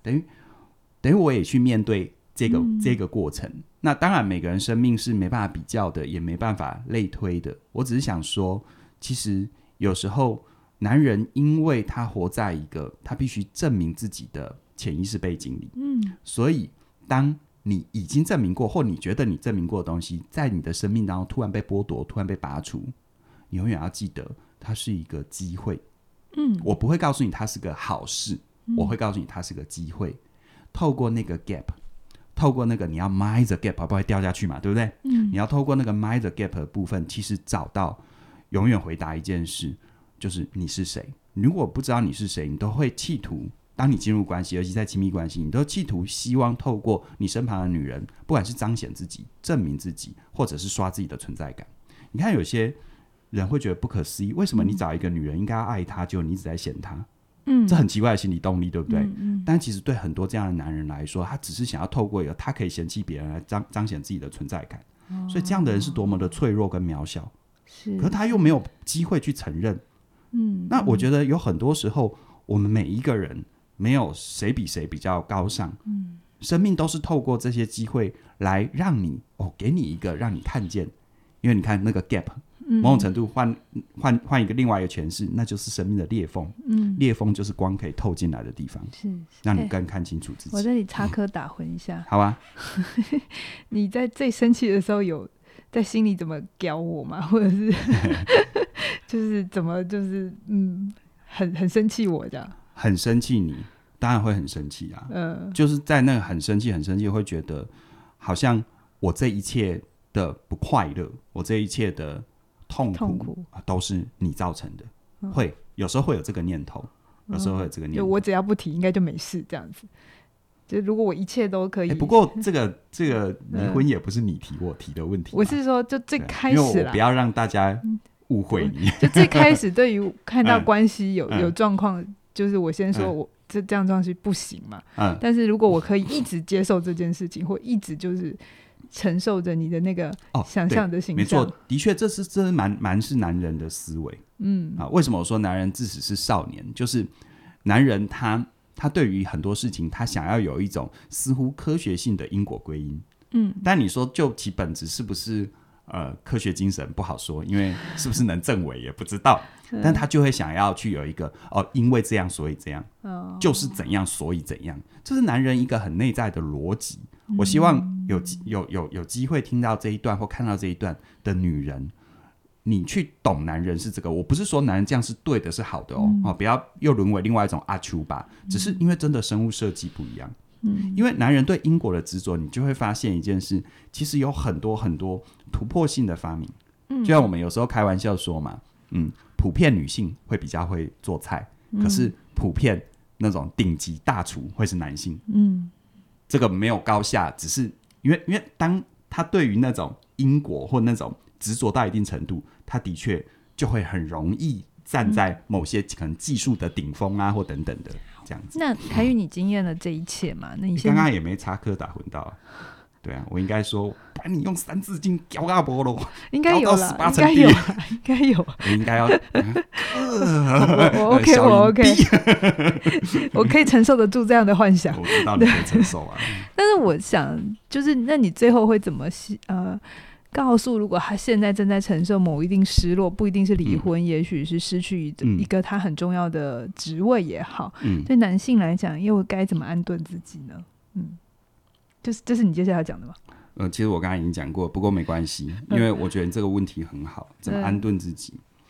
等于我也去面对这个过程。那当然每个人生命是没办法比较的，也没办法类推的。我只是想说，其实有时候男人因为他活在一个他必须证明自己的潜意识背景里，所以当你已经证明过或你觉得你证明过的东西在你的生命当中突然被剥夺，突然被拔除，你永远要记得它是一个机会。我不会告诉你它是个好事，我会告诉你它是个机会。透过那个 gap， 透过那个你要 mind the gap， 不会掉下去嘛，对不对？你要透过那个 mind the gap 的部分，其实找到永远回答一件事，就是你是谁。如果不知道你是谁，你都会企图，当你进入关系，尤其在亲密关系，你都企图希望透过你身旁的女人，不管是彰显自己、证明自己，或者是刷自己的存在感。你看有些人会觉得不可思议，为什么你找一个女人应该要爱她，结果你一直在嫌她？这很奇怪的心理动力，对不对？但其实对很多这样的男人来说，他只是想要透过一个他可以嫌弃别人来彰显自己的存在感。所以这样的人是多么的脆弱跟渺小，可是他又没有机会去承认。那我觉得有很多时候我们每一个人没有谁比谁比较高尚，生命都是透过这些机会来让你给你一个让你看见。因为你看那个 gap，某种程度换一个另外一个诠释，那就是生命的裂缝。裂缝就是光可以透进来的地方，是让你更看清楚自己。 我这里插科打诨一下， 好啊。 你在最生气的时候有在心里怎么屌我吗？或者是就是怎么就是很生气我这样？很生气你当然会很生气啊。就是在那个很生气会觉得好像我这一切的不快乐，我这一切的痛苦都是你造成的。会有时候会有这个念头，有时候会有这个念头， 我只要不提应该就没事这样子。就如果我一切都可以， 不过这个离婚也不是你提我提的问题。 我是说就最开始啦， 因为我不要让大家误会你。 就最开始对于看到关系有状况，就是我先说我这样状是不行嘛。但是如果我可以一直接受这件事情，或一直就是承受着你的那个想象的形象，没错，的确这是蛮是男人的思维。为什么我说男人自始是少年？就是男人他对于很多事情，他想要有一种似乎科学性的因果归因。但你说就其本质是不是科学精神不好说，因为是不是能证伪也不知道。但他就会想要去有一个因为这样所以这样，就是怎样所以怎样，这是男人一个很内在的逻辑。我希望有机会听到这一段或看到这一段的女人，你去懂男人是这个。我不是说男人这样是对的是好的不要又沦为另外一种阿丘吧。只是因为真的生物设计不一样。因为男人对因果的执着，你就会发现一件事，其实有很多很多突破性的发明。就像我们有时候开玩笑说嘛，普遍女性会比较会做菜，可是普遍那种顶级大厨会是男性。这个没有高下，只是因为当他对于那种因果或那种执着到一定程度，他的确就会很容易站在某些可能技术的顶峰啊，或等等的这样子。 那凯宇，你经验了这一切嘛？那你刚刚也没插科打诨到啊。对啊，我应该说把你用3字经教阿波咯， 应该有了， 应该有， 应该有。 我应该要我 OK， 我 OK， 我可以承受得住这样的幻想。 我知道你可以承受啊。 但是我想，就是那你最后会怎么告诉，如果他现在正在承受某一定失落，不一定是离婚，也许是失去一个他很重要的职位也好，对男性来讲，又该怎么安顿自己呢？这是你接下来要讲的吗？ 其实我刚才已经讲过，不过没关系，因为我觉得这个问题很好，怎么安顿自己。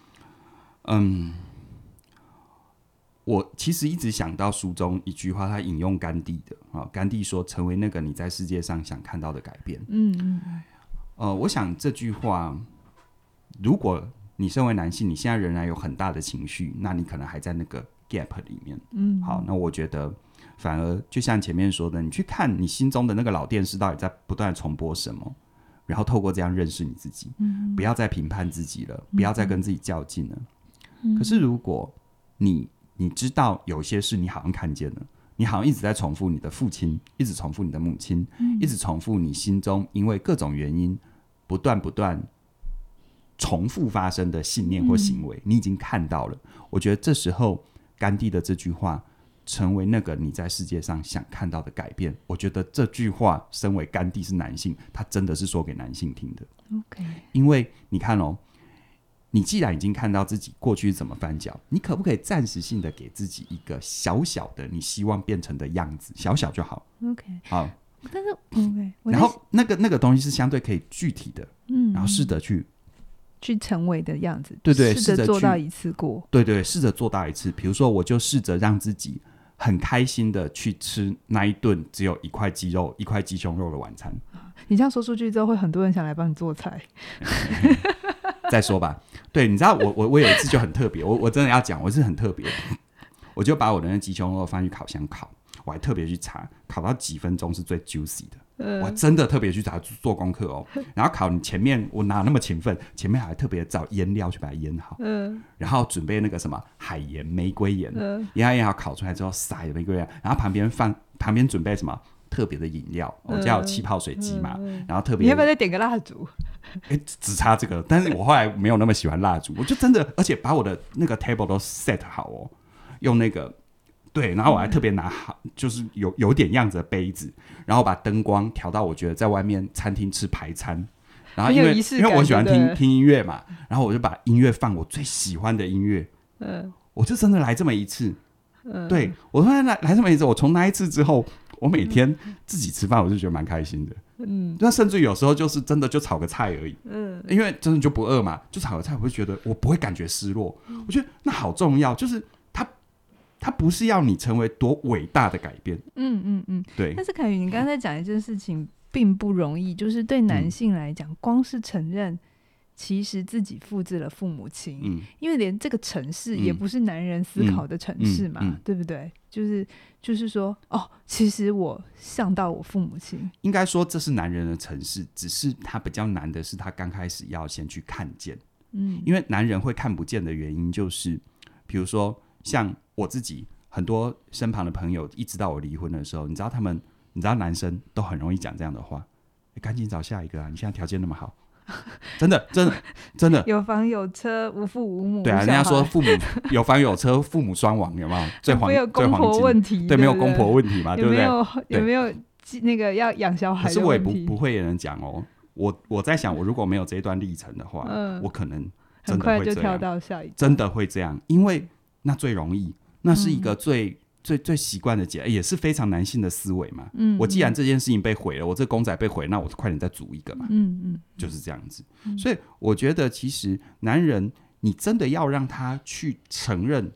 我其实一直想到书中一句话，他引用甘地的甘地说：“成为那个你在世界上想看到的改变。”我想这句话，如果你身为男性，你现在仍然有很大的情绪，那你可能还在那个 gap 里面。好，那我觉得反而就像前面说的，你去看你心中的那个老电视到底在不断的重播什么，然后透过这样认识你自己。不要再评判自己了，不要再跟自己较劲了。可是如果你知道有些事你好像看见了，你好像一直在重复你的父亲，一直重复你的母亲，一直重复你心中因为各种原因不断重复发生的信念或行为，你已经看到了。我觉得这时候甘地的这句话成为那个你在世界上想看到的改变。我觉得这句话身为甘地是男性，他真的是说给男性听的。 OK， 因为你看哦，你既然已经看到自己过去怎么翻脚，你可不可以暂时性的给自己一个小小的你希望变成的样子，小小就好。 OK， 好， 但是 OK， 然后那个东西是相对可以具体的，然后试着去成为的样子， 对对， 试着做到一次过， 对对，试着做到一次。比如说我就试着让自己很开心的去吃那一顿只有一块鸡肉一块鸡胸肉的晚餐。 你这样说出去之后会很多人想来帮你做菜再说吧。对，你知道我有一次就很特别，我真的要讲，我是很特别，我就把我的那鸡胸肉放去烤箱烤，我还特别去查烤到几分钟是最 juicy 的，我真的特别去查做功课哦。然后烤你前面我哪那么勤奋，前面还特别找腌料去把它腌好，然后准备那个什么海盐玫瑰盐，腌好烤出来之后撒玫瑰盐，然后旁边准备什么特别的饮料，我家有气泡水机嘛，然后特别你要不要再点个蜡烛？ 只差这个，但是我后来没有那么喜欢蜡烛，我就真的，而且把我的那个 table 都 set 好哦，用那个对，然后我还特别拿好，就是有点样子的杯子，然后把灯光调到我觉得在外面餐厅吃排餐，然后因为我喜欢听音乐嘛，然后我就把音乐放我最喜欢的音乐，我就真的来这么一次，对，我突然来这么一次，我从那一次之后，我每天自己吃饭我就觉得蛮开心的，那甚至有时候就是真的就炒个菜而已，因为真的就不饿嘛，就炒个菜，我会觉得我不会感觉失落，我觉得那好重要，就是它不是要你成为多伟大的改变，对。但是凯宇，你刚才讲一件事情并不容易，就是对男性来讲，光是承认其实自己复制了父母亲，因为连这个程式也不是男人思考的程式嘛，对不对？就是说，哦，其实我像到我父母亲， 应该说这是男人的程式，只是他比较难的是他刚开始要先去看见，因为男人会看不见的原因就是，比如说像我自己很多身旁的朋友，一直到我离婚的时候，你知道男生都很容易讲这样的话，赶紧找下一个啊！你现在条件那么好。真的有房有车无父无母， 对啊，人家说父母有房有车父母双亡，有没有？ 没有公婆问题， 对，没有公婆问题嘛，对不对？ 有没有那个要养小孩的问题？ 可是我也不会有人讲哦。我在想，我如果没有这一段历程的话，我可能真的会这样， 很快就跳到下一个， 真的会这样，因为那最容易，那是一个最习惯的也是非常男性的思维嘛。我既然这件事情被毁了，我这公仔被毁，那我快点再组一个嘛。就是这样子。所以我觉得其实男人，你真的要让他去承认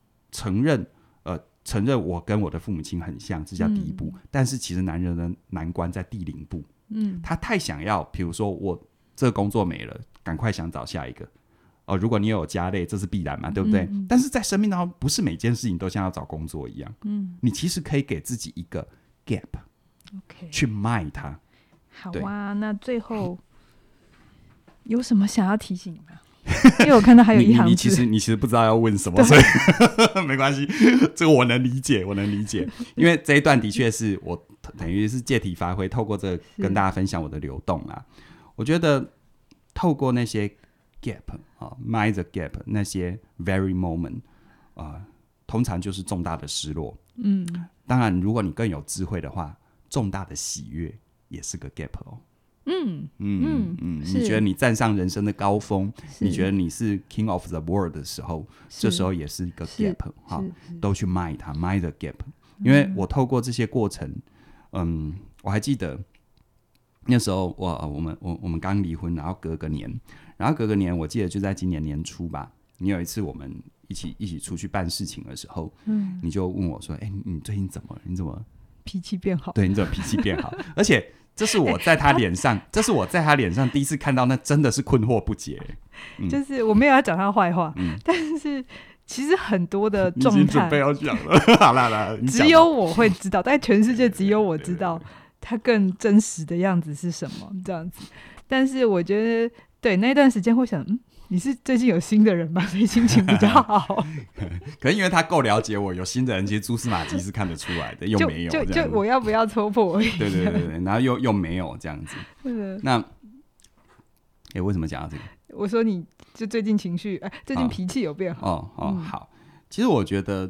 我跟我的父母亲很像，这叫第一步。但是其实男人的难关在第0步。他太想要，比如说我这个工作没了，赶快想找下一个。如果你有家累，这是必然嘛，对不对？但是在生命当中，不是每件事情都像要找工作一样。你其实可以给自己一个 gap， 去卖它。 好啊，那最后有什么想要提醒吗？因为我看到还有一行字， 你其实不知道要问什么，所以没关系，这个我能理解，因为这一段的确是我等于是借题发挥，透过这个跟大家分享我的流动啦。我觉得透过那些gap mind the gap， 那些 very moment，通常就是重大的失落。当然，如果你更有智慧的话，重大的喜悦也是个 gap 哦。你觉得你站上人生的高峰，你觉得你是 king of the world 的时候，这时候也是一个 gap 都去 mind 它 mind the gap。因为我透过这些过程，我还记得那时候我们刚离婚，然后隔个年，我记得就在今年年初吧。你有一次我们一起出去办事情的时候，你就问我说：“你最近怎么了？你怎么脾气变好？” 对，你怎么脾气变好？而且这是我在他脸上，第一次看到，那真的是困惑不解。 就是我没有要讲他坏话，但是其实很多的状态， 你已经准备要讲了。好啦， 只有我会知道，在全世界只有我知道他更真实的样子是什么，这样子。但是我觉得，对那段时间会想，你是最近有新的人吧，所以心情比较好。 可能因为他够了解我，有新的人，其实蛛丝马迹是看得出来的，又没有就我要不要戳破而已。 对，然后又没有这样子。那为什么讲到这个？ 我说你就最近情绪，最近脾气有变好。 好。其实我觉得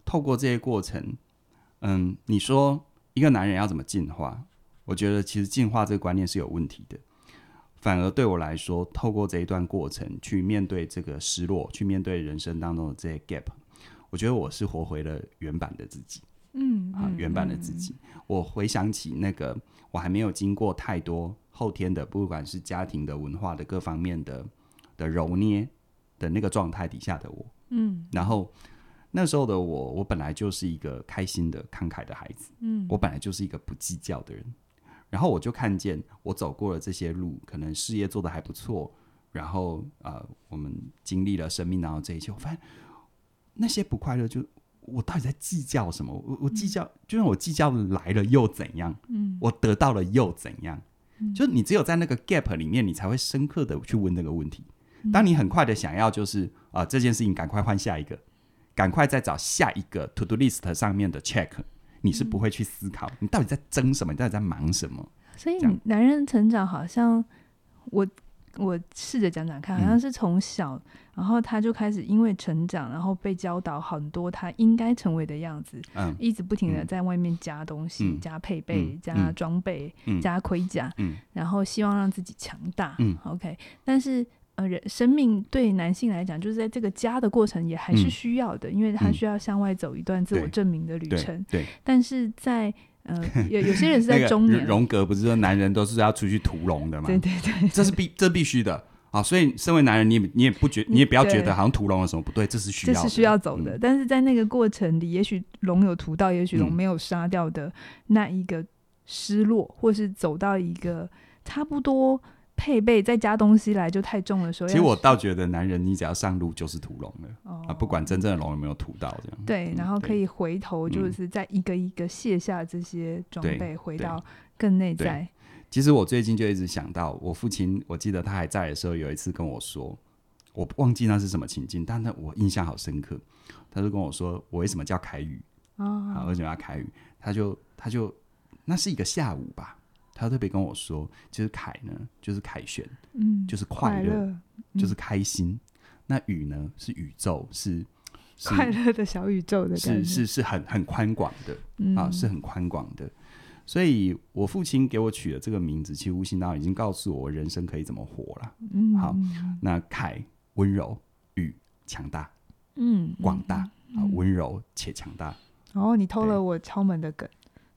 透过这些过程，你说一个男人要怎么进化？我觉得其实进化这个观念是有问题的。反而对我来说，透过这一段过程去面对这个失落，去面对人生当中的这些 gap， 我觉得我是活回了原版的自己。原版的自己。我回想起那个我还没有经过太多后天的，不管是家庭的、文化的各方面的揉捏的那个状态底下的我。然后那时候的我本来就是一个开心的、慷慨的孩子。我本来就是一个不计较的人。然后我就看见我走过了这些路，可能事业做得还不错，然后我们经历了生命当中这一切，我发现那些不快乐，就我到底在计较什么？我计较，就算我计较来了又怎样？我得到了又怎样？就是你只有在那个 gap 里面，你才会深刻的去问那个问题。当你很快的想要就是这件事情赶快换下一个，赶快再找下一个 to do list 上面的 check， 你是不会去思考你到底在争什么，你到底在忙什么。 所以男人成长好像我试着讲讲看，好像是从小，然后他就开始因为成长，然后被教导很多他应该成为的样子，一直不停的在外面加东西，加配备，加装备，加盔甲，然后希望让自己强大。OK， 但是生命对男性来讲，就是在这个加的过程也还是需要的，因为他需要向外走一段自我证明的旅程。对，但是在有些人是在中年， 那个荣格不是说男人都是要出去屠龙的吗？ 对对对， 这必须的啊！所以身为男人，你也不要觉得好像屠龙有什么不对，这是需要走的。但是在那个过程里，也许龙有屠到，也许龙没有杀掉的那一个失落，或是走到一个差不多配备再加东西来就太重的时候， 其实我倒觉得男人你只要上路就是屠龙了，不管真正的龙有没有屠到这样。 对，然后可以回头就是再一个一个卸下这些装备，回到更内在。 其实我最近就一直想到我父亲，我记得他还在的时候有一次跟我说，我忘记那是什么情境，但是我印象好深刻。他就跟我说我为什么叫凯宇为什么要凯宇，他就那是一个下午吧，他特别跟我说，就是凯呢就是凯旋，就是快乐，就是开心。那宇呢是宇宙，是快乐的小宇宙的感觉， 是很宽广的是很宽广的。所以我父亲给我取的这个名字，其实无形当中已经告诉我人生可以怎么活了。好，那凯温柔，宇强大，广大，温柔且强大。 你偷了我敲门的梗。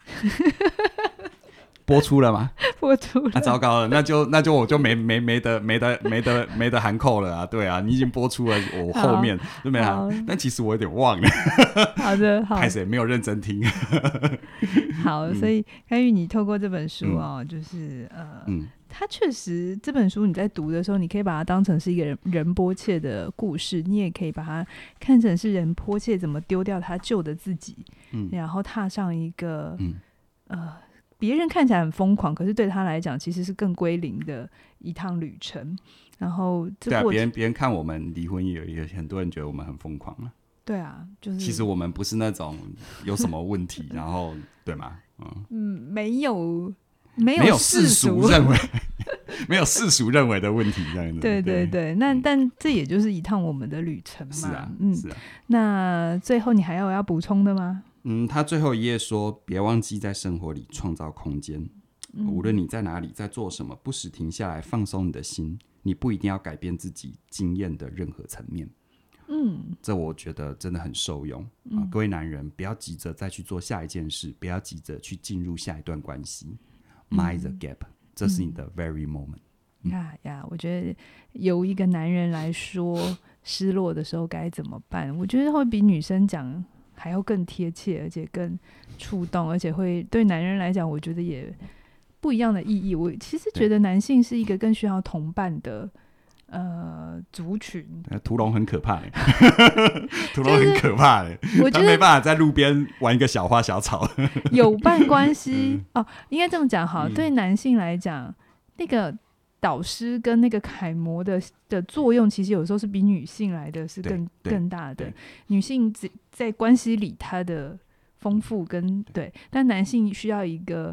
播出了吗？ 播出了， 糟糕了，那就我就没得含扣了啊！对啊，你已经播出了，我后面就没含，但其实我有点忘了。 好的，好， 拍谁没有认真听。 好，所以甘玉，你透过这本书就是它确实这本书你在读的时候，你可以把它当成是一个仁波切的故事，你也可以把它看成是仁波切怎么丢掉他旧的自己，然后踏上一个别人看起来很疯狂，可是对他来讲其实是更归零的一趟旅程。然后对啊，别人看我们离婚也有很多人觉得我们很疯狂啊。 对啊，就是其实我们不是那种有什么问题，然后对吗？ 没有世俗认为没有世俗认为的问题这样子。 对对对，但这也就是一趟我们的旅程嘛。 是啊，是啊。 那最后你还要补充的吗？ 他最后一页说，别忘记在生活里创造空间，无论你在哪里，在做什么，不时停下来放松你的心。你不一定要改变自己经验的任何层面。这我觉得真的很受用各位男人，不要急着再去做下一件事，不要急着去进入下一段关系。Mind the gap，这是你的 very moment。 我觉得由一个男人来说，失落的时候该怎么办？我觉得会比女生讲还要更贴切，而且更触动，而且会对男人来讲，我觉得也不一样的意义。我其实觉得男性是一个更需要同伴的族群。 屠龙很可怕屠龙很可怕我觉得他没办法在路边玩一个小花小草。 有伴关系应该这么讲好，对男性来讲，那个导师跟那个楷模的作用，其实有时候是比女性来的是更大的。女性在关系里她的丰富跟但男性需要一个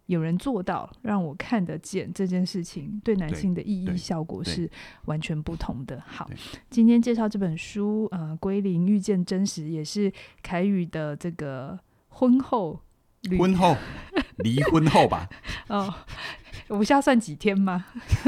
有人做到让我看得见这件事情对男性的意义效果是完全不同的。好，今天介绍这本书归零遇见真实，也是凯宇的这个婚后离婚后吧哦，我是要算几天吗？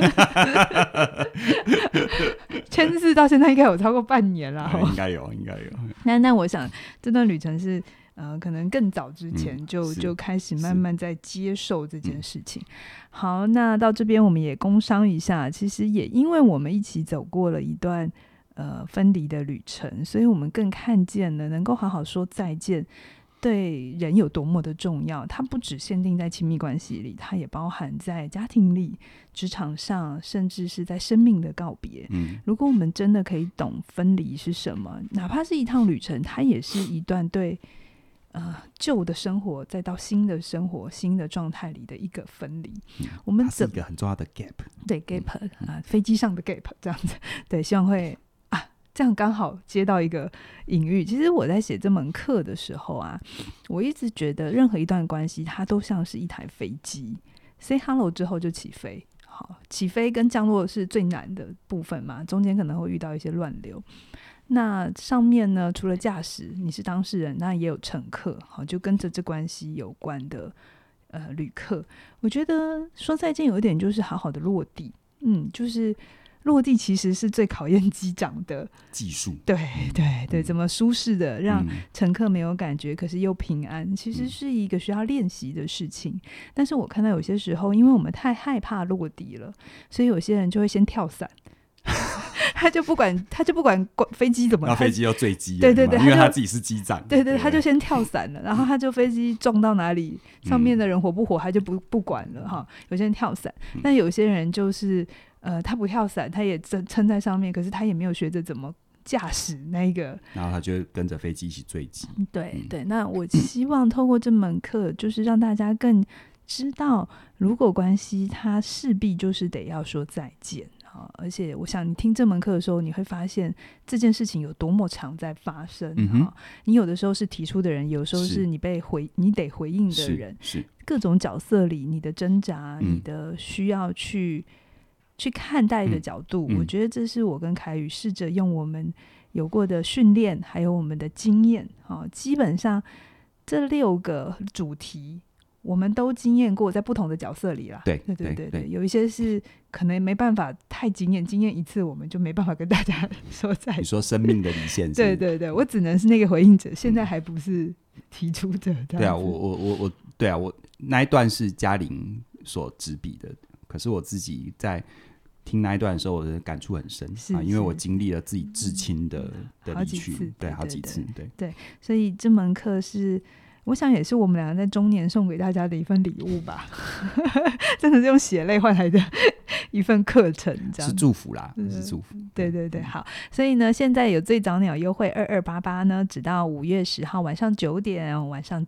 签字到现在应该有超过半年了， 应该有那我想这段旅程是可能更早之前就开始慢慢在接受这件事情。好，那到这边我们也工商一下，其实也因为我们一起走过了一段分离的旅程，所以我们更看见了能够好好说再见对人有多么的重要。它不只限定在亲密关系里，它也包含在家庭里、职场上，甚至是在生命的告别。如果我们真的可以懂分离是什么，哪怕是一趟旅程，它也是一段对旧的生活再到新的生活、新的状态里的一个分离。我们它是一个很重要的 gap， 对 gap 飞机上的 gap 这样子。对，希望会这样刚好接到一个隐喻。其实我在写这门课的时候我一直觉得任何一段关系它都像是一台飞机 say hello 之后就起飞。好，起飞跟降落是最难的部分嘛，中间可能会遇到一些乱流。那上面呢，除了驾驶你是当事人，那也有乘客，好，就跟着这关系有关的旅客。我觉得说再见有一点就是好好的落地，就是落地其实是最考验机长的技术。 对，怎么舒适的让乘客没有感觉可是又平安，其实是一个需要练习的事情。但是我看到有些时候因为我们太害怕落地了，所以有些人就会先跳伞他就不管飞机怎么， 然后飞机又坠机了， 对， 因为他自己是机长， 对，他就先跳伞了，然后他就飞机撞到哪里，上面的人活不活他就不管了哈。有些人跳伞，但有些人就是他不跳伞，他也撑在上面，可是他也没有学着怎么驾驶那一个， 然后他就跟着飞机一起坠机。 对，那我希望透过这门课，就是让大家更知道，如果关系它势必就是得要说再见。而且我想你听这门课的时候，你会发现这件事情有多么常在发生。你有的时候是提出的人，有时候是你得回应的人， 是各种角色里你的挣扎，你的需要去看待的角度。我觉得这是我跟凯宇试着用我们有过的训练还有我们的经验，基本上这6个主题我们都经验过，在不同的角色里啦。对，有一些是可能没办法太经验一次我们就没办法跟大家说再见。 你说生命的离线是？ 对，我只能是那个回应者，现在还不是提出者。 对啊，我那一段是嘉玲所执笔的，可是我自己在听那一段的时候，我的感触很深因为我经历了自己至亲的离去，好几次， 对，所以这门课是。我想也是我们两个在中年送给大家的一份礼物吧真的是用血泪换来的一份课程，这样是祝福啦，是祝福。 对，好，所以呢，现在有最早鸟优惠2288呢，直到5月10号晚上9点，晚上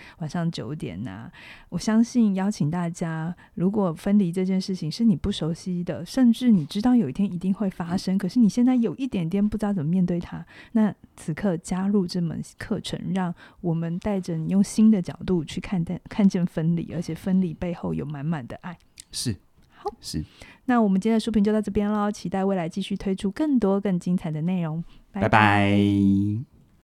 9点呢，我相信邀请大家，如果分离这件事情是你不熟悉的，甚至你知道有一天一定会发生，可是你现在有一点点不知道怎么面对它，那此刻加入这门课程，让我们带着你用新的角度去看见分离，而且分离背后有满满的爱。好，那我们今天的书评就到这边咯，期待未来继续推出更多更精彩的内容。拜拜。